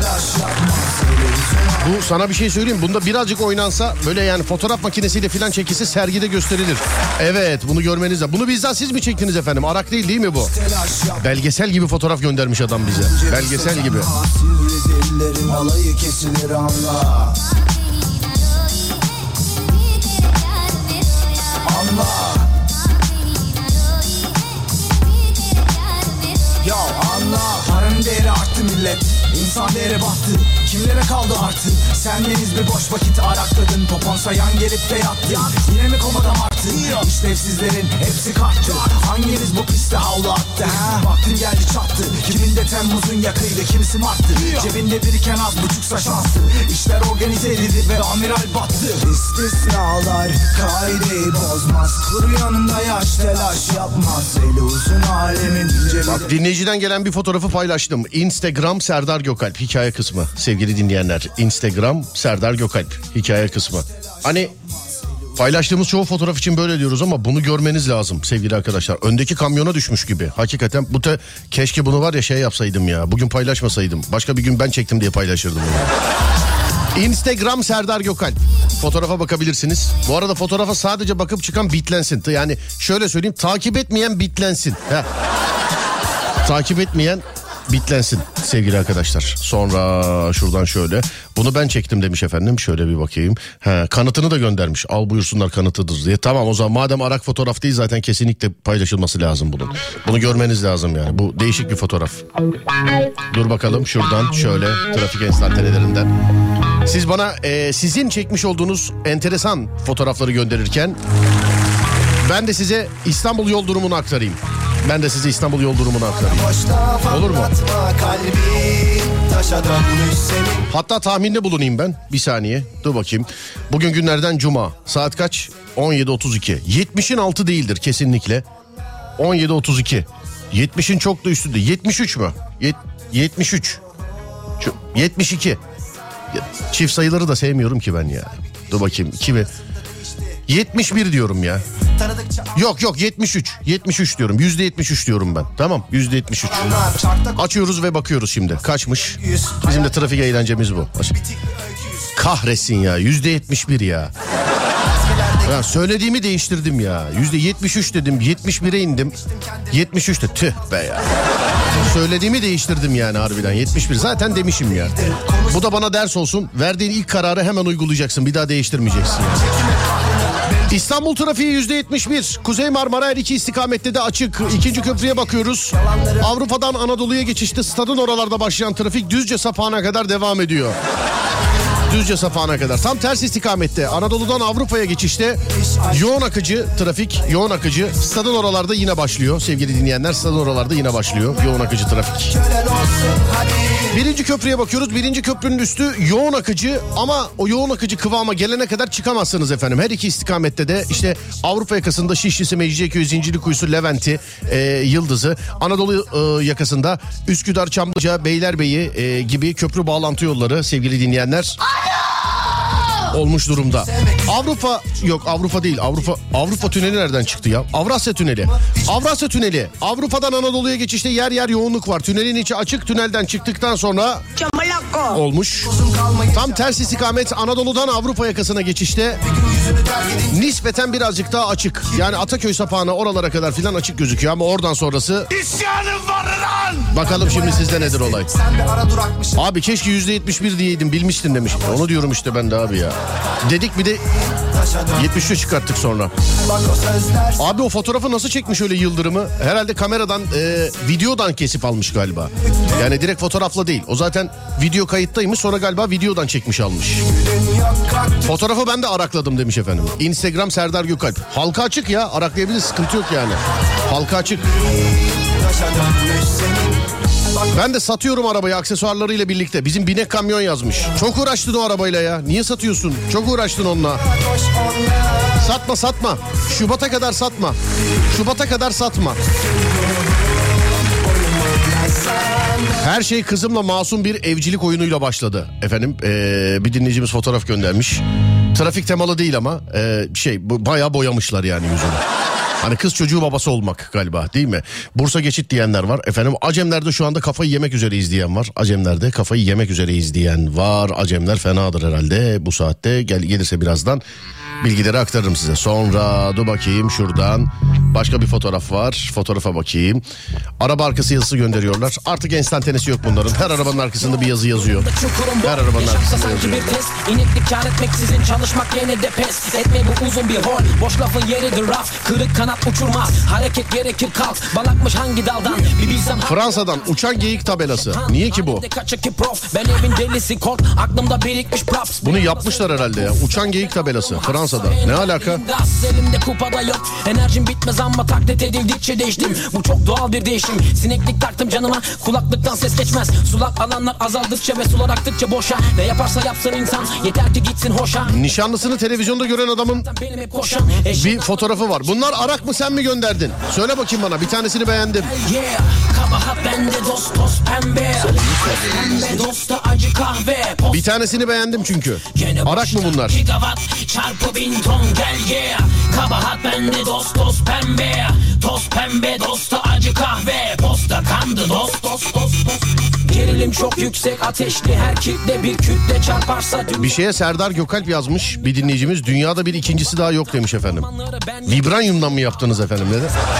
Bu, sana bir şey söyleyeyim. Bunda birazcık oynansa, böyle yani fotoğraf makinesiyle filan çekilse sergide gösterilir. Evet, bunu görmeniz lazım. Bunu bizzat siz mi çektiniz efendim? Arak değil mi bu? Belgesel gibi fotoğraf göndermiş adam bize. Belgesel gibi. Dillerin alayı kesilir anla. Anla. Ya anla. Paranın değeri arttı millet, İnsan değeri battı. Kimlere kaldı artık? Sendeniz bir boş vakit arakladın. Popon sayan gelip de yattı. Yine mi komadam arttı? İşlevsizlerin hepsi kalktı. Hanginiz bu piste havlu attı? Ha? Vaktin geldi çattı. Kiminde Temmuz'un yakıydı, kimisi Mart'tı. Cebinde biriken az buçuksa şanstı. İşler organize edildi ve amiral battı. İstisnalar kaideyi bozmaz. Kuru yanında yaş telaş yapmaz. Eli uzun alemin cebi. Bak, dinleyiciden gelen bir fotoğrafı paylaştım. Instagram Serdar Gökalp hikaye kısmı. Sevgili dinleyenler, Instagram Serdar Gökalp hikaye kısmı. Hani paylaştığımız çoğu fotoğraf için böyle diyoruz ama bunu görmeniz lazım sevgili arkadaşlar. Öndeki kamyona düşmüş gibi. Hakikaten keşke bunu var ya şey yapsaydım ya. Bugün paylaşmasaydım. Başka bir gün ben çektim diye paylaşırdım bunu. Instagram Serdar Gökalp. Fotoğrafa bakabilirsiniz. Bu arada fotoğrafa sadece bakıp çıkan bitlensin. Yani şöyle söyleyeyim, takip etmeyen bitlensin. Heh. Takip etmeyen bitlensin sevgili arkadaşlar. Sonra şuradan şöyle. Bunu ben çektim demiş efendim. Şöyle bir bakayım. Kanıtını da göndermiş. Al buyursunlar kanıtıdır diye. Tamam o zaman madem arak fotoğraf değil zaten kesinlikle paylaşılması lazım bunun. Bunu görmeniz lazım yani. Bu değişik bir fotoğraf. Dur bakalım şuradan şöyle trafik enstantanelerinden. Siz bana sizin çekmiş olduğunuz enteresan fotoğrafları gönderirken ben de size İstanbul yol durumunu aktarayım. Olur mu? Hatta tahminde bulunayım ben. Bir saniye. Dur bakayım. Bugün günlerden cuma. Saat kaç? 17.32. 70'in altı değildir kesinlikle. 17.32. 70'in çok da üstünde. 73 mü? 73. 72. Çift sayıları da sevmiyorum ki ben ya. Dur bakayım. 2 mi? 71 diyorum ya. Yok 73. 73 diyorum. %73 diyorum ben. Tamam %73. Açıyoruz ve bakıyoruz şimdi. Kaçmış? Bizim de trafik eğlencemiz bu. Kahretsin ya. %71 ya. Ya söylediğimi değiştirdim ya. %73 dedim. 71'e indim. 73 de tüh be ya. Söylediğimi değiştirdim yani harbiden. 71 zaten demişim ya. Bu da bana ders olsun. Verdiğin ilk kararı hemen uygulayacaksın. Bir daha değiştirmeyeceksin yani. İstanbul trafiği %71. Kuzey Marmara her iki istikamette de açık. İkinci köprüye bakıyoruz. Avrupa'dan Anadolu'ya geçişte stadın oralarda başlayan trafik Düzce sapağına kadar devam ediyor. Düzce sapağına kadar. Tam ters istikamette Anadolu'dan Avrupa'ya geçişte yoğun akıcı trafik, yoğun akıcı stadın oralarda yine başlıyor. Sevgili dinleyenler stadın oralarda yine başlıyor yoğun akıcı trafik. Birinci köprüye bakıyoruz. Birinci köprünün üstü yoğun akıcı ama o yoğun akıcı kıvama gelene kadar çıkamazsınız efendim. Her iki istikamette de işte Avrupa yakasında Şişlisi, Mecidiyeköy, Zincirlikuyusu, Levent'i, Yıldız'ı, Anadolu yakasında Üsküdar, Çamlıca, Beylerbeyi gibi köprü bağlantı yolları sevgili dinleyenler olmuş durumda. Avrupa tüneli nereden çıktı ya? Avrasya tüneli. Avrupa'dan Anadolu'ya geçişte yer yer yoğunluk var. Tünelin içi açık. Tünelden çıktıktan sonra olmuş. Tam ters istikamet Anadolu'dan Avrupa yakasına geçişte nispeten birazcık daha açık. Yani Ataköy sapağına oralara kadar filan açık gözüküyor ama oradan sonrası İsyanım var lan! Bakalım şimdi sizde nedir olay? Abi keşke %71 diyeydim bilmiştin demiş. Onu diyorum işte ben de abi ya. Dedik bir de 73'e çıkarttık sonra. Abi o fotoğrafı nasıl çekmiş öyle Yıldırım'ı? Herhalde kameradan videodan kesip almış galiba. Yani direkt fotoğrafla değil. O zaten video kayıttaymış sonra galiba videodan çekmiş almış. Fotoğrafı ben de arakladım demiş efendim. Instagram Serdar Gökalp. Halka açık ya, araklayabiliriz, sıkıntı yok yani. Halka açık. Ben de satıyorum arabayı aksesuarlarıyla birlikte. Bizim binek kamyon yazmış. Çok uğraştın o arabayla ya. Niye satıyorsun? Çok uğraştın onunla. Satma. Şubat'a kadar satma. Her şey kızımla masum bir evcilik oyunuyla başladı. Efendim bir dinleyicimiz fotoğraf göndermiş. Trafik temalı değil ama bayağı boyamışlar yani yüzünü. Hani kız çocuğu babası olmak galiba değil mi? Bursa geçit diyenler var. Efendim Acemler'de şu anda kafayı yemek üzereyiz diyen var. Acemler fenadır herhalde bu saatte. Gelirse birazdan bilgileri aktarırım size. Sonra dur bakayım şuradan. Başka bir fotoğraf var. Fotoğrafa bakayım. Araba arkası yazısı gönderiyorlar. Artık enstantanesi yok bunların. Her arabanın arkasında bir yazı yazıyor. Her arabanın arkasında yazıyor. İneklik kar etmeksizin çalışmak yine de pes. Etme bu uzun bir rol. Boş lafın yeridir raf. Kırık kanat uçurmaz. Hareket gerekir kalk. Balakmış hangi daldan? Bir bilsem. Fransa'dan uçan geyik tabelası. Niye ki bu? Ben evin delisi kork. Aklımda birikmiş props. Bunu yapmışlar herhalde ya. Uçan geyik tabelası. Fransa'da. Ne alaka? Elimde kupada yok. Enerjim bitmez ama taklit edildikçe değiştim. Bu çok doğal bir değişim. Sineklik taktım canıma. Kulaklıktan ses geçmez. Sulak alanlar azaldıkça ve sular aktıkça boşa. Ne yaparsa yapsın insan. Yeter ki gitsin hoşa. Nişanlısını televizyonda gören adamın bir fotoğrafı var. Bunlar arak mı sen mi gönderdin? Söyle bakayım bana. Bir tanesini beğendim. Bir tanesini beğendim çünkü. Arak mı bunlar? Çarpı bin ton gel yeah. Kabahat bende dost pembe. Toz pembe dosta acı kahve. Posta kandı dost. Gerilim çok yüksek ateşli her kitle bir kütle çarparsa. Bir şeye Serdar Gökalp yazmış bir dinleyicimiz. Dünyada bir ikincisi daha yok demiş efendim. Vibranyumdan mı yaptınız efendim? Neden?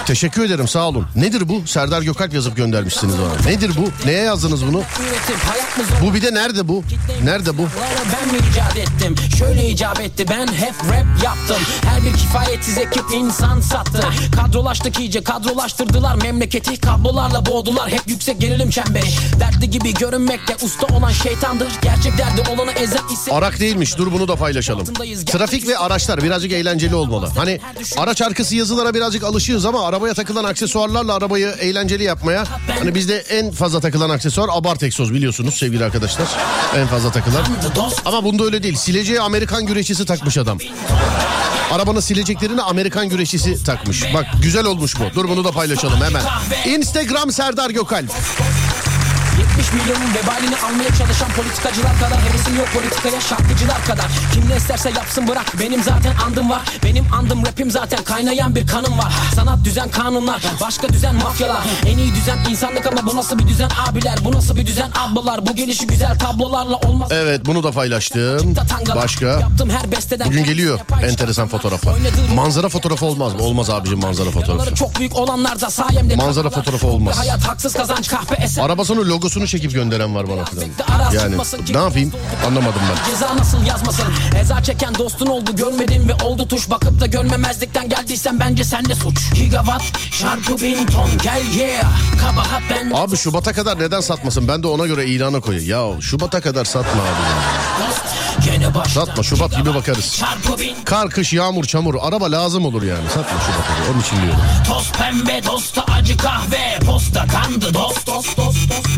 Teşekkür ederim, sağ olun. Nedir bu? Serdar Gökalp yazıp göndermişsiniz bana. Nedir bu? Neye yazdınız bunu? Bu bir de nerede bu? Nerede bu? Ben mi icat ettim? Şöyle icap etti, ben hep rap yaptım. Her bir kifayetsiz ekip insan sattı. Kadrolaştık iyice, kadrolaştırdılar memleketi. Kablolarla boğdular hep yüksek gerilim çemberi. Dertli gibi görünmekte usta olan şeytandır. Gerçek derdi olanı ezen ise... Arak değilmiş, dur bunu da paylaşalım. Trafik ve araçlar birazcık eğlenceli olmalı. Hani araç arkası yazılara birazcık alışığız ama arabaya takılan aksesuarlarla arabayı eğlenceli yapmaya... Hani bizde en fazla takılan aksesuar abart egzoz, biliyorsunuz sevgili arkadaşlar. En fazla takılan. Ama bunda öyle değil. Sileceği Amerikan güreşçisi takmış adam. Arabanın sileceklerini Amerikan güreşçisi takmış. Bak güzel olmuş bu. Dur bunu da paylaşalım hemen. Instagram Serdar Gökalp. 70 milyonun vebalini almaya çalışan politikacılar kadar hevesim yok politikaya, şarkıcılar kadar. Kim ne isterse yapsın bırak, benim zaten andım var. Benim andım rapim zaten, kaynayan bir kanım var. Sanat düzen kanunlar, başka düzen mafyalar. En iyi düzen insanlık ama bu nasıl bir düzen abiler? Bu nasıl bir düzen ablalar? Bu gelişi güzel tablolarla olmaz. Evet, bunu da paylaştım. Başka? Bugün geliyor enteresan fotoğraflar. Manzara fotoğrafı olmaz mı? Olmaz abicim manzara fotoğrafı. Çok büyük olanlar da sayemde. Manzara fotoğrafı olmaz. Hayat haksız kazanç kahpe eser. Arabasının logosunu çekip gönderen var bana filan. Yani ne yapayım anlamadım ben. Ceza nasıl yazmasın? Eza çeken dostun oldu görmedim ve oldu tuş. Bakıp da görmemezlikten geldiysen bence sende suç. Gigawatt şarkı 1000 ton gel yeah. Kabahat ben. Abi Şubat'a kadar neden satmasın? Ben de ona göre ilana koyayım. Ya Şubat'a kadar satma abi. Satma, Şubat gibi bakarız. Kar, kış, yağmur, çamur. Araba lazım olur yani. Satma Şubat'a kadar. Onun için diyorum. Toz pembe, dosta acı kahve. Posta kandı dost dost dost dost.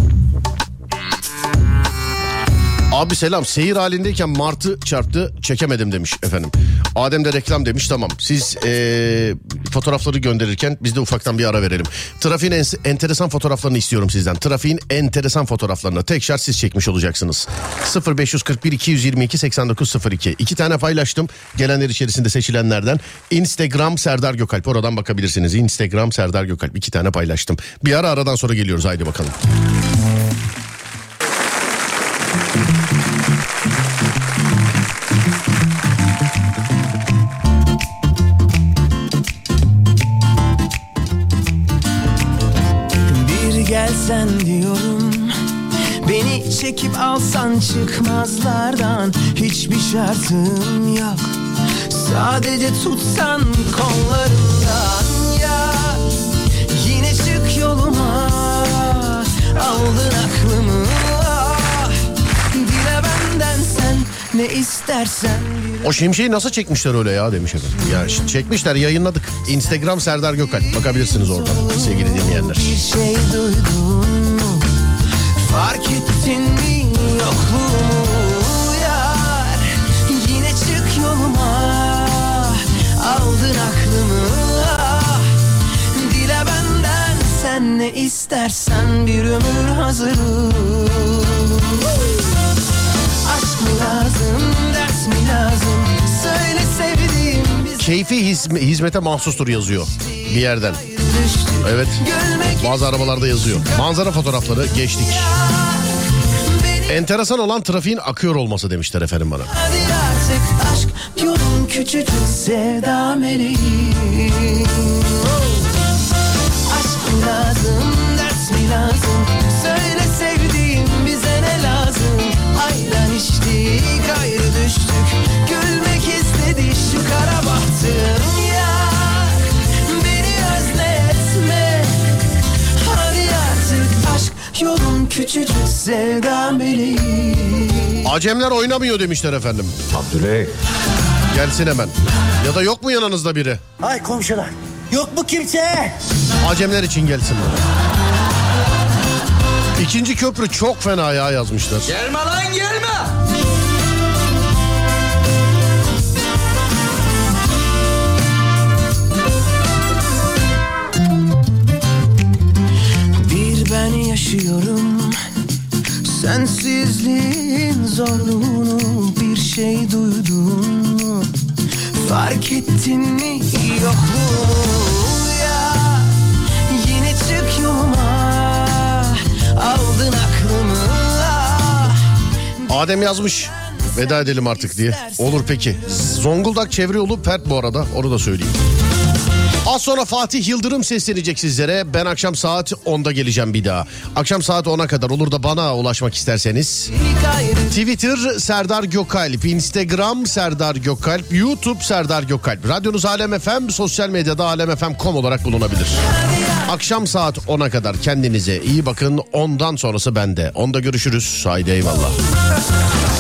Abi selam, seyir halindeyken martı çarptı, çekemedim demiş efendim. Adem de reklam demiş, tamam. Siz fotoğrafları gönderirken biz de ufaktan bir ara verelim. Trafiğin enteresan fotoğraflarını istiyorum sizden. Trafiğin enteresan fotoğraflarını tek şart siz çekmiş olacaksınız. 0541 222 8902. 2 tane paylaştım gelenler içerisinde seçilenlerden. Instagram Serdar Gökalp, oradan bakabilirsiniz. Instagram Serdar Gökalp, 2 tane paylaştım. Bir aradan sonra geliyoruz, haydi bakalım. Gelsen diyorum, beni çekip alsan çıkmazlardan. Hiçbir şartım yok, sadece tutsan kollarından. Ya yine çık yoluma, aldın aklımı. Dile benden sen ne istersen. O şimşeği nasıl çekmişler öyle ya demiş efendim. Ya çekmişler, yayınladık. Instagram Serdar Gökalp, bakabilirsiniz oradan sevgili dinleyenler. Bir şey duydun mu? Fark ettin mi yokluğumu yar? Yine çık yoluma, aldın aklımı. Dile benden sen ne istersen, bir ömür hazırım. Aşk mı lazım, ders mi lazım? Söyle sevdiğim. Keyfi hizmete mahsustur yazıyor bir yerden. Evet, bazı arabalarda yazıyor. Manzara fotoğrafları geçtik. Enteresan olan trafiğin akıyor olması demişler efendim bana. Hadi artık aşk yolun küçücük sevda meleği. Aşk mı lazım, ders mi lazım? Söyle sevdiğim, bize ne lazım? Ayran içtik, ayrı düştük. Gülmek istedi şu kara bahtım ya. Beni özletme. Hadi artık aşk yolun küçücük sevda meleği. Acemler oynamıyor demişler efendim. Abdüley. Gelsin hemen. Ya da yok mu yanınızda biri? Ay komşular, yok mu kimse? Acemler için gelsin bana. İkinci köprü çok fena ya yazmışlar. Gelme lan gelme. Bir ben yaşıyorum, sensizliğin zorluğunu. Bir şey duydun mu? Fark ettin mi yokluğumu ya? Yine çık yoluma, aldın aklımı. Adem yazmış, veda edelim artık diye. Olur peki. Zonguldak çevre yolu pert bu arada, onu da söyleyeyim. Az sonra Fatih Yıldırım seslenecek sizlere. Ben akşam saat 10'da geleceğim bir daha. Akşam saat 10'a kadar olur da bana ulaşmak isterseniz. Twitter Serdar Gökalp, Instagram Serdar Gökalp, YouTube Serdar Gökalp. Radyonuz Alem FM, sosyal medyada alemfm.com olarak bulunabilir. Akşam saat 10'a kadar kendinize iyi bakın. 10'dan sonrası bende. 10'da görüşürüz. Haydi eyvallah.